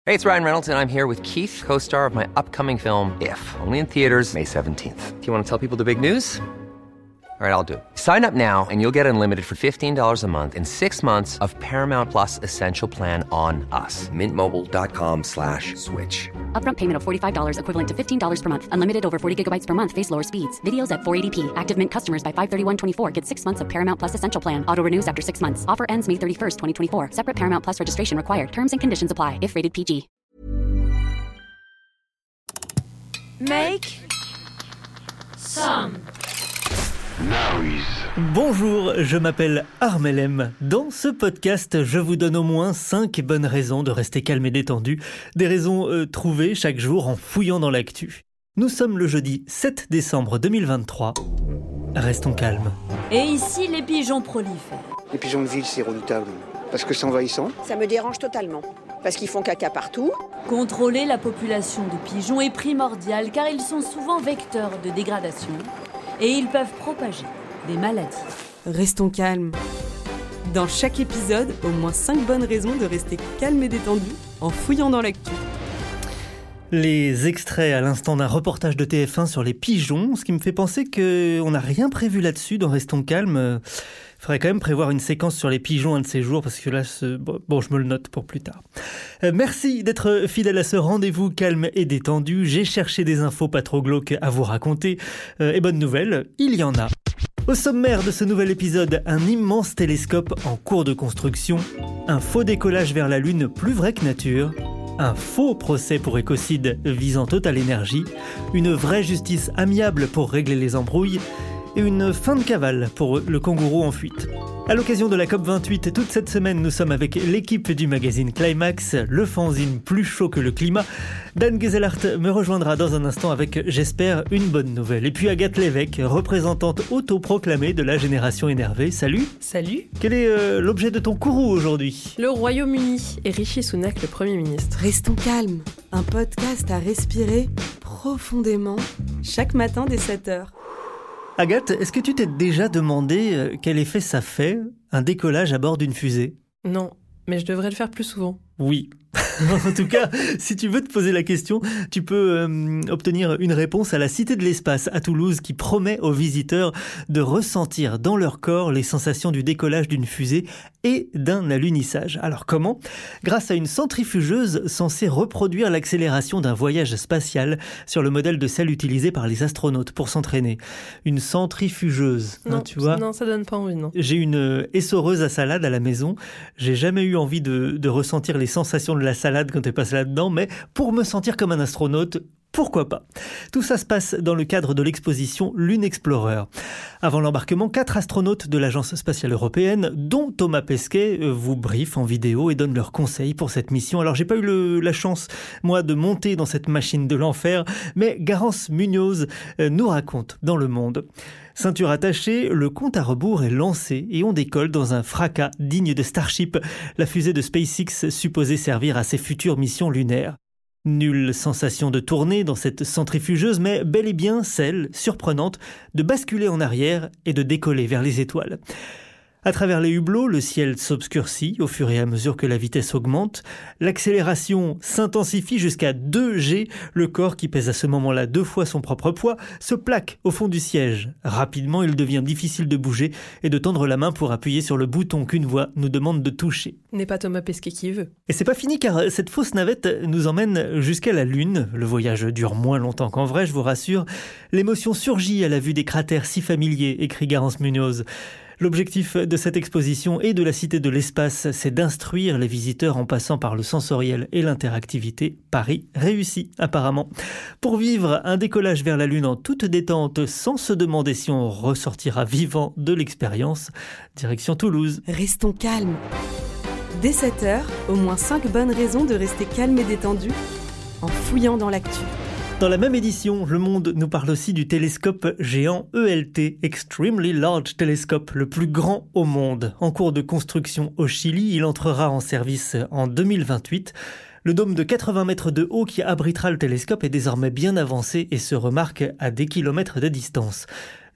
Hey, it's Ryan Reynolds, and I'm here with Keith, co-star of my upcoming film, If, only in theaters May 17th. Do you want to tell people the big news? All right, I'll do it. Sign up now and you'll get unlimited for $15 a month and 6 months of Paramount Plus Essential Plan on us. MintMobile.com/switch. Upfront payment of $45 equivalent to $15 per month. Unlimited over 40 gigabytes per month. Face lower speeds. Videos at 480p. Active Mint customers by 531.24 get 6 months of Paramount Plus Essential Plan. Auto renews after 6 months. Offer ends May 31st, 2024. Separate Paramount Plus registration required. Terms and conditions apply if rated PG. Make some noise. Bonjour, je m'appelle Armelem. Dans ce podcast, je vous donne au moins 5 bonnes raisons de rester calme et détendu. Des raisons trouvées chaque jour en fouillant dans l'actu. Nous sommes le jeudi 7 décembre 2023. Restons calmes. Et ici, les pigeons prolifèrent. Les pigeons de ville, c'est redoutable. Parce que c'est envahissant. Ça me dérange totalement. Parce qu'ils font caca partout. Contrôler la population de pigeons est primordial car ils sont souvent vecteurs de dégradation et ils peuvent propager des maladies. Restons calmes. Dans chaque épisode, au moins 5 bonnes raisons de rester calme et détendu en fouillant dans l'actu. Les extraits à l'instant d'un reportage de TF1 sur les pigeons, ce qui me fait penser qu'on n'a rien prévu là-dessus dans Restons calmes. Il faudrait quand même prévoir une séquence sur les pigeons un de ces jours, parce que là, je me le note pour plus tard. Merci d'être fidèle à ce rendez-vous calme et détendu. J'ai cherché des infos pas trop glauques à vous raconter. Et bonne nouvelle, il y en a. Au sommaire de ce nouvel épisode, un immense télescope en cours de construction, un faux décollage vers la Lune plus vrai que nature, un faux procès pour écocide visant Total Energy, une vraie justice amiable pour régler les embrouilles, et une fin de cavale pour le kangourou en fuite. À l'occasion de la COP28, toute cette semaine, nous sommes avec l'équipe du magazine Climax, le fanzine plus chaud que le climat. Dan Gezelhardt me rejoindra dans un instant avec, j'espère, une bonne nouvelle. Et puis Agathe Lévesque, représentante autoproclamée de la génération énervée. Salut. Salut. Quel est l'objet de ton courroux aujourd'hui ? Le Royaume-Uni et Rishi Sunak, le Premier ministre. Restons calmes. Un podcast à respirer profondément chaque matin dès 7h. Agathe, est-ce que tu t'es déjà demandé quel effet ça fait, un décollage à bord d'une fusée ? Non, mais je devrais le faire plus souvent. Oui. En tout cas, si tu veux te poser la question, tu peux obtenir une réponse à la Cité de l'Espace à Toulouse qui promet aux visiteurs de ressentir dans leur corps les sensations du décollage d'une fusée et d'un alunissage. Alors comment ? Grâce à une centrifugeuse censée reproduire l'accélération d'un voyage spatial sur le modèle de celle utilisée par les astronautes pour s'entraîner. Une centrifugeuse, non, tu vois ? Non, ça donne pas envie, non. J'ai une essoreuse à salade à la maison. J'ai jamais eu envie de ressentir les sensations de la salade quand tu passes là-dedans, mais pour me sentir comme un astronaute, pourquoi pas ? Tout ça se passe dans le cadre de l'exposition Lune Explorer. Avant l'embarquement, 4 astronautes de l'Agence spatiale européenne, dont Thomas Pesquet, vous briefent en vidéo et donnent leurs conseils pour cette mission. Alors j'ai pas eu la chance, moi, de monter dans cette machine de l'enfer, mais Garance Munoz nous raconte dans Le Monde. Ceinture attachée, le compte à rebours est lancé et on décolle dans un fracas digne de Starship, la fusée de SpaceX supposée servir à ses futures missions lunaires. Nulle sensation de tourner dans cette centrifugeuse, mais bel et bien celle, surprenante, de basculer en arrière et de décoller vers les étoiles. À travers les hublots, le ciel s'obscurcit au fur et à mesure que la vitesse augmente. L'accélération s'intensifie jusqu'à 2G. Le corps, qui pèse à ce moment-là 2 fois son propre poids, se plaque au fond du siège. Rapidement, il devient difficile de bouger et de tendre la main pour appuyer sur le bouton qu'une voix nous demande de toucher. N'est pas Thomas Pesquet qui veut. Et c'est pas fini car cette fausse navette nous emmène jusqu'à la Lune. Le voyage dure moins longtemps qu'en vrai, je vous rassure. L'émotion surgit à la vue des cratères si familiers, écrit Garance Munoz. L'objectif de cette exposition et de la Cité de l'Espace, c'est d'instruire les visiteurs en passant par le sensoriel et l'interactivité. Pari réussi, apparemment. Pour vivre un décollage vers la Lune en toute détente, sans se demander si on ressortira vivant de l'expérience, direction Toulouse. Restons calmes. Dès 7h, au moins 5 bonnes raisons de rester calme et détendu en fouillant dans l'actu. Dans la même édition, Le Monde nous parle aussi du télescope géant ELT, Extremely Large Telescope, le plus grand au monde. En cours de construction au Chili, il entrera en service en 2028. Le dôme de 80 mètres de haut qui abritera le télescope est désormais bien avancé et se remarque à des kilomètres de distance.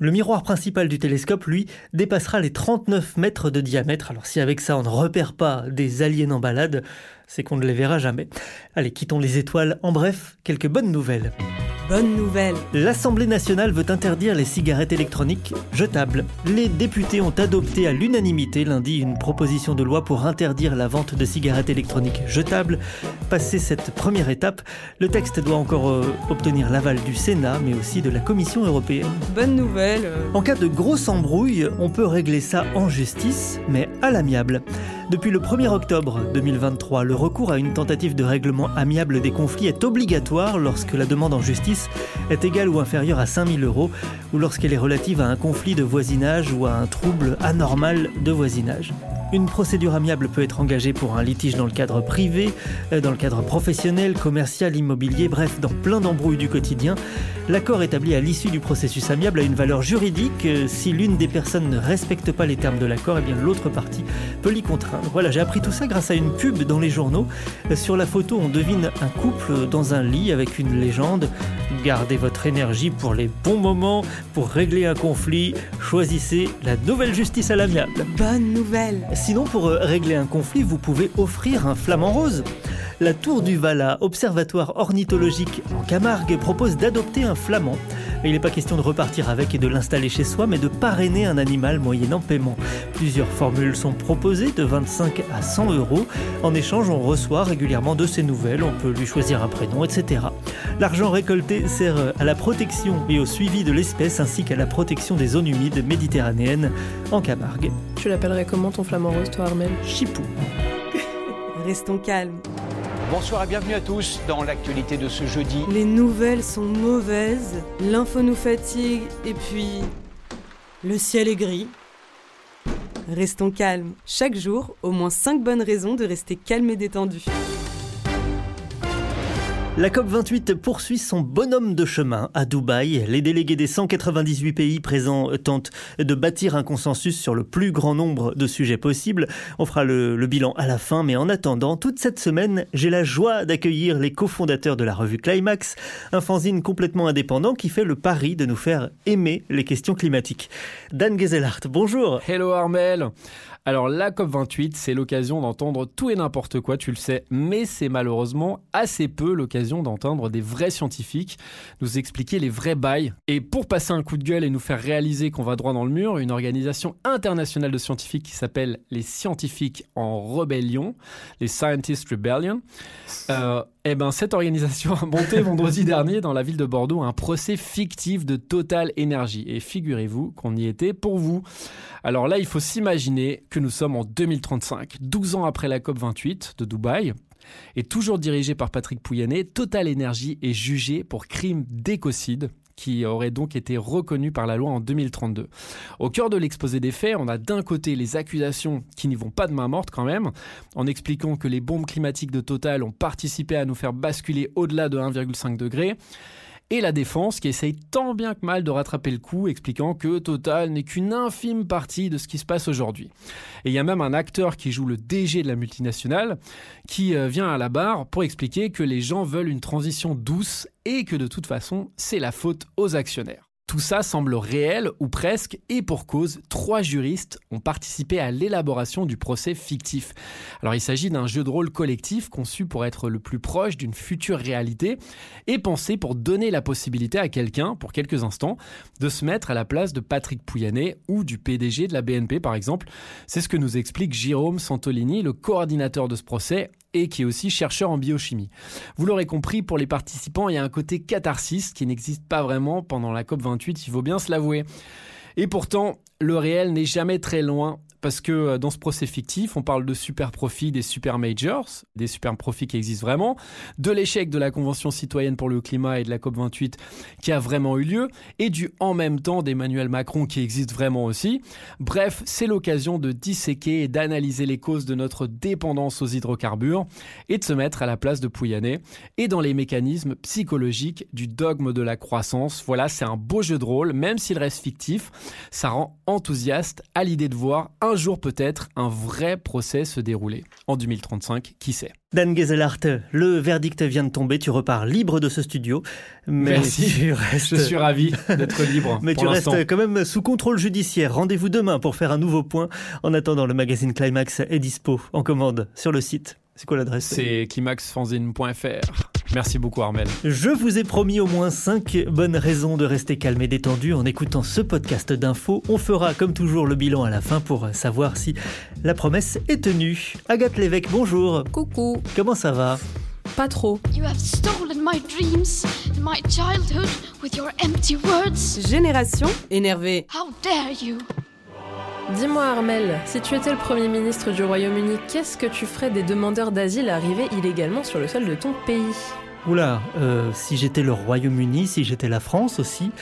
Le miroir principal du télescope, lui, dépassera les 39 mètres de diamètre. Alors si avec ça on ne repère pas des aliens en balade, c'est qu'on ne les verra jamais. Allez, quittons les étoiles. En bref, quelques bonnes nouvelles. Bonne nouvelle. L'Assemblée nationale veut interdire les cigarettes électroniques jetables. Les députés ont adopté à l'unanimité lundi une proposition de loi pour interdire la vente de cigarettes électroniques jetables. Passé cette première étape, le texte doit encore obtenir l'aval du Sénat, mais aussi de la Commission européenne. Bonne nouvelle. En cas de grosse embrouille, on peut régler ça en justice, mais à l'amiable. Depuis le 1er octobre 2023, le recours à une tentative de règlement amiable des conflits est obligatoire lorsque la demande en justice est égale ou inférieure à 5 000 € ou lorsqu'elle est relative à un conflit de voisinage ou à un trouble anormal de voisinage. Une procédure amiable peut être engagée pour un litige dans le cadre privé, dans le cadre professionnel, commercial, immobilier, bref, dans plein d'embrouilles du quotidien. L'accord établi à l'issue du processus amiable a une valeur juridique. Si l'une des personnes ne respecte pas les termes de l'accord, eh bien l'autre partie peut l'y contraindre. Voilà, j'ai appris tout ça grâce à une pub dans les journaux. Sur la photo, on devine un couple dans un lit avec une légende. Gardez votre énergie pour les bons moments, pour régler un conflit. Choisissez la nouvelle justice à l'amiable. Bonne nouvelle. Sinon, pour régler un conflit, vous pouvez offrir un flamant rose. La Tour du Valat, observatoire ornithologique en Camargue, propose d'adopter un flamand. Il n'est pas question de repartir avec et de l'installer chez soi, mais de parrainer un animal moyennant paiement. Plusieurs formules sont proposées, de 25 à 100 €. En échange, on reçoit régulièrement de ses nouvelles, on peut lui choisir un prénom, etc. L'argent récolté sert à la protection et au suivi de l'espèce, ainsi qu'à la protection des zones humides méditerranéennes en Camargue. Tu l'appellerais comment ton flamant rose, toi, Armel ? Chipou. Restons calmes. Bonsoir et bienvenue à tous dans l'actualité de ce jeudi. Les nouvelles sont mauvaises, l'info nous fatigue et puis le ciel est gris. Restons calmes. Chaque jour, au moins 5 bonnes raisons de rester calme et détendu. La COP28 poursuit son bonhomme de chemin à Dubaï. Les délégués des 198 pays présents tentent de bâtir un consensus sur le plus grand nombre de sujets possibles. On fera le bilan à la fin, mais en attendant, toute cette semaine, j'ai la joie d'accueillir les cofondateurs de la revue Climax, un fanzine complètement indépendant qui fait le pari de nous faire aimer les questions climatiques. Dan Gezelhardt, bonjour. Hello Armel. Alors la COP28, c'est l'occasion d'entendre tout et n'importe quoi, tu le sais, mais c'est malheureusement assez peu l'occasion d'entendre des vrais scientifiques nous expliquer les vrais bails. Et pour passer un coup de gueule et nous faire réaliser qu'on va droit dans le mur, une organisation internationale de scientifiques qui s'appelle les Scientifiques en Rébellion, les Scientist Rebellion, cette organisation a monté vendredi dernier dans la ville de Bordeaux un procès fictif de Total Energy. Et figurez-vous qu'on y était pour vous. Alors là, il faut s'imaginer que nous sommes en 2035, 12 ans après la COP28 de Dubaï. Et toujours dirigé par Patrick Pouyanné, Total Energy est jugé pour crime d'écocide, qui aurait donc été reconnu par la loi en 2032. Au cœur de l'exposé des faits, on a d'un côté les accusations qui n'y vont pas de main morte quand même, en expliquant que les bombes climatiques de Total ont participé à nous faire basculer au-delà de 1,5 degré, et la défense qui essaye tant bien que mal de rattraper le coup, expliquant que Total n'est qu'une infime partie de ce qui se passe aujourd'hui. Et il y a même un acteur qui joue le DG de la multinationale qui vient à la barre pour expliquer que les gens veulent une transition douce et que de toute façon, c'est la faute aux actionnaires. Tout ça semble réel, ou presque, et pour cause, 3 juristes ont participé à l'élaboration du procès fictif. Alors il s'agit d'un jeu de rôle collectif conçu pour être le plus proche d'une future réalité et pensé pour donner la possibilité à quelqu'un, pour quelques instants, de se mettre à la place de Patrick Pouyanné ou du PDG de la BNP par exemple. C'est ce que nous explique Jérôme Santolini, le coordinateur de ce procès, et qui est aussi chercheur en biochimie. Vous l'aurez compris, pour les participants, il y a un côté catharsis qui n'existe pas vraiment pendant la COP28, il faut bien se l'avouer. Et pourtant, le réel n'est jamais très loin, parce que dans ce procès fictif, on parle de super profits des super majors, des super profits qui existent vraiment, de l'échec de la Convention citoyenne pour le climat et de la COP28 qui a vraiment eu lieu, et du en même temps d'Emmanuel Macron qui existe vraiment aussi. Bref, c'est l'occasion de disséquer et d'analyser les causes de notre dépendance aux hydrocarbures et de se mettre à la place de Pouyanné et dans les mécanismes psychologiques du dogme de la croissance. Voilà, c'est un beau jeu de rôle, même s'il reste fictif, ça rend enthousiaste à l'idée de voir un un jour peut-être, un vrai procès se dérouler. En 2035, qui sait? Dan Gezelhardt, le verdict vient de tomber, tu repars libre de ce studio. Mais merci, je suis ravi d'être libre. Mais tu restes quand même sous contrôle judiciaire. Rendez-vous demain pour faire un nouveau point. En attendant, le magazine Climax est dispo en commande sur le site. C'est quoi l'adresse? C'est climaxfanzine.fr. Merci beaucoup Armel. Je vous ai promis au moins 5 bonnes raisons de rester calme et détendu en écoutant ce podcast d'infos. On fera comme toujours le bilan à la fin pour savoir si la promesse est tenue. Agathe Lévesque, bonjour. Coucou. Comment ça va? Pas trop. You have stolen my dreams and my childhood with your empty words. Génération énervée. How dare you? Dis-moi Armel, si tu étais le Premier ministre du Royaume-Uni, qu'est-ce que tu ferais des demandeurs d'asile arrivés illégalement sur le sol de ton pays ? Oula, si j'étais le Royaume-Uni, si j'étais la France aussi.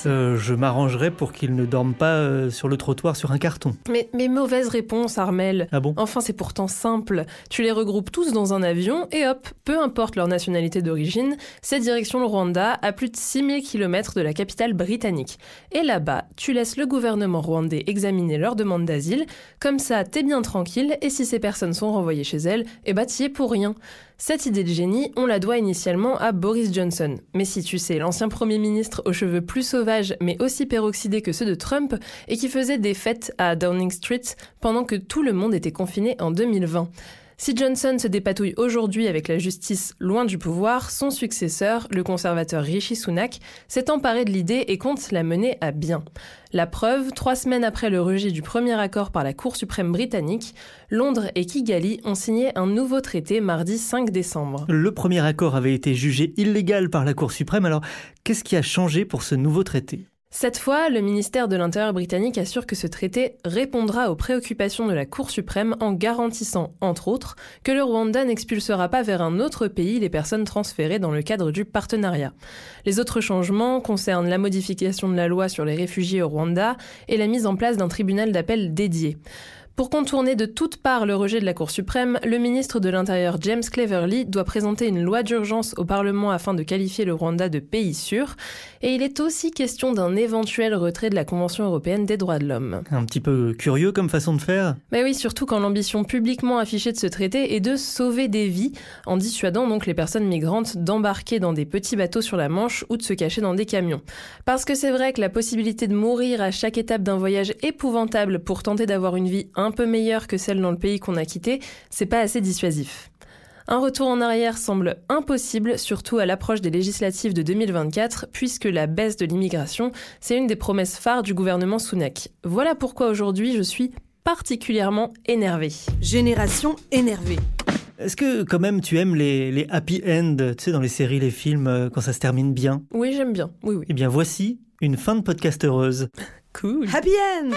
Je m'arrangerais pour qu'ils ne dorment pas sur le trottoir sur un carton. Mais mauvaise réponse, Armel. Ah bon ? Enfin, c'est pourtant simple. Tu les regroupes tous dans un avion et hop, peu importe leur nationalité d'origine, c'est direction le Rwanda, à plus de 6000 km de la capitale britannique. Et là-bas, tu laisses le gouvernement rwandais examiner leur demande d'asile. Comme ça, t'es bien tranquille et si ces personnes sont renvoyées chez elles, t'y es pour rien. Cette idée de génie, on la doit initialement à Boris Johnson. Mais si tu sais, l'ancien Premier ministre aux cheveux plus sauvages mais aussi peroxydés que ceux de Trump et qui faisait des fêtes à Downing Street pendant que tout le monde était confiné en 2020. Si Johnson se dépatouille aujourd'hui avec la justice loin du pouvoir, son successeur, le conservateur Rishi Sunak, s'est emparé de l'idée et compte la mener à bien. La preuve, 3 semaines après le rejet du premier accord par la Cour suprême britannique, Londres et Kigali ont signé un nouveau traité mardi 5 décembre. Le premier accord avait été jugé illégal par la Cour suprême, alors qu'est-ce qui a changé pour ce nouveau traité ? Cette fois, le ministère de l'Intérieur britannique assure que ce traité répondra aux préoccupations de la Cour suprême en garantissant, entre autres, que le Rwanda n'expulsera pas vers un autre pays les personnes transférées dans le cadre du partenariat. Les autres changements concernent la modification de la loi sur les réfugiés au Rwanda et la mise en place d'un tribunal d'appel dédié. Pour contourner de toutes parts le rejet de la Cour suprême, le ministre de l'Intérieur James Cleverly doit présenter une loi d'urgence au Parlement afin de qualifier le Rwanda de pays sûr. Et il est aussi question d'un éventuel retrait de la Convention européenne des droits de l'homme. Un petit peu curieux comme façon de faire ? Mais oui, surtout quand l'ambition publiquement affichée de ce traité est de sauver des vies, en dissuadant donc les personnes migrantes d'embarquer dans des petits bateaux sur la Manche ou de se cacher dans des camions. Parce que c'est vrai que la possibilité de mourir à chaque étape d'un voyage épouvantable pour tenter d'avoir une vie un peu meilleure que celle dans le pays qu'on a quitté, c'est pas assez dissuasif. Un retour en arrière semble impossible, surtout à l'approche des législatives de 2024, puisque la baisse de l'immigration, c'est une des promesses phares du gouvernement Sunak. Voilà pourquoi aujourd'hui je suis particulièrement énervée. Génération énervée. Est-ce que quand même tu aimes les happy end, tu sais, dans les séries, les films, quand ça se termine bien ? Oui, j'aime bien, oui. Eh bien voici une fin de podcast heureuse. Cool. Happy end.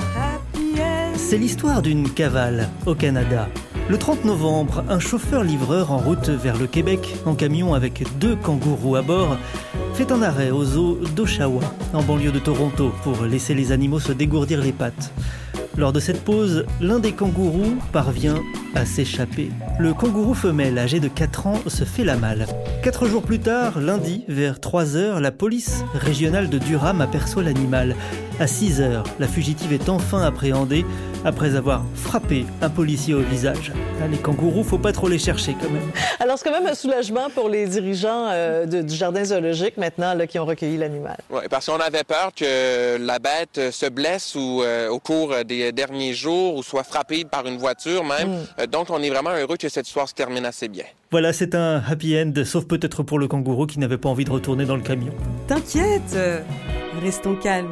Happy end. C'est l'histoire d'une cavale au Canada. Le 30 novembre, un chauffeur-livreur en route vers le Québec, en camion avec 2 kangourous à bord, fait un arrêt au zoo d'Oshawa, en banlieue de Toronto, pour laisser les animaux se dégourdir les pattes. Lors de cette pause, l'un des kangourous parvient à s'échapper. Le kangourou femelle, âgé de 4 ans, se fait la malle. 4 jours plus tard, lundi, vers 3h, la police régionale de Durham aperçoit l'animal. À 6h, la fugitive est enfin appréhendée après avoir frappé un policier au visage. Les kangourous, faut pas trop les chercher quand même. Alors c'est quand même un soulagement pour les dirigeants du jardin zoologique maintenant là, qui ont recueilli l'animal. Oui, parce qu'on avait peur que la bête se blesse ou au cours des derniers jours ou soit frappée par une voiture même. Donc on est vraiment heureux que cette histoire se termine assez bien. Voilà, c'est un happy end, sauf peut-être pour le kangourou qui n'avait pas envie de retourner dans le camion. T'inquiète, restons calmes.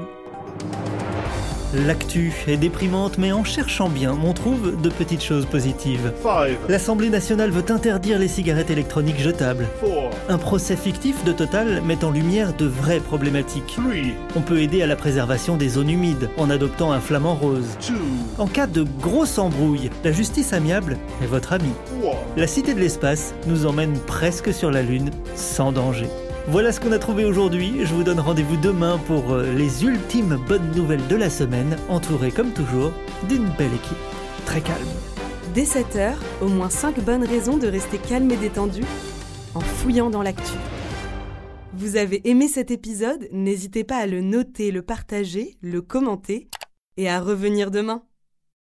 L'actu est déprimante, mais en cherchant bien, on trouve de petites choses positives. 5. L'Assemblée nationale veut interdire les cigarettes électroniques jetables. 4. Un procès fictif de Total met en lumière de vraies problématiques. 3. On peut aider à la préservation des zones humides en adoptant un flamant rose. 2. En cas de grosse embrouille, la justice amiable est votre amie. 1. La Cité de l'espace nous emmène presque sur la Lune, sans danger. Voilà ce qu'on a trouvé aujourd'hui. Je vous donne rendez-vous demain pour les ultimes bonnes nouvelles de la semaine, entourées comme toujours d'une belle équipe. Très calme. Dès 7h, au moins 5 bonnes raisons de rester calme et détendu en fouillant dans l'actu. Vous avez aimé cet épisode ? N'hésitez pas à le noter, le partager, le commenter et à revenir demain.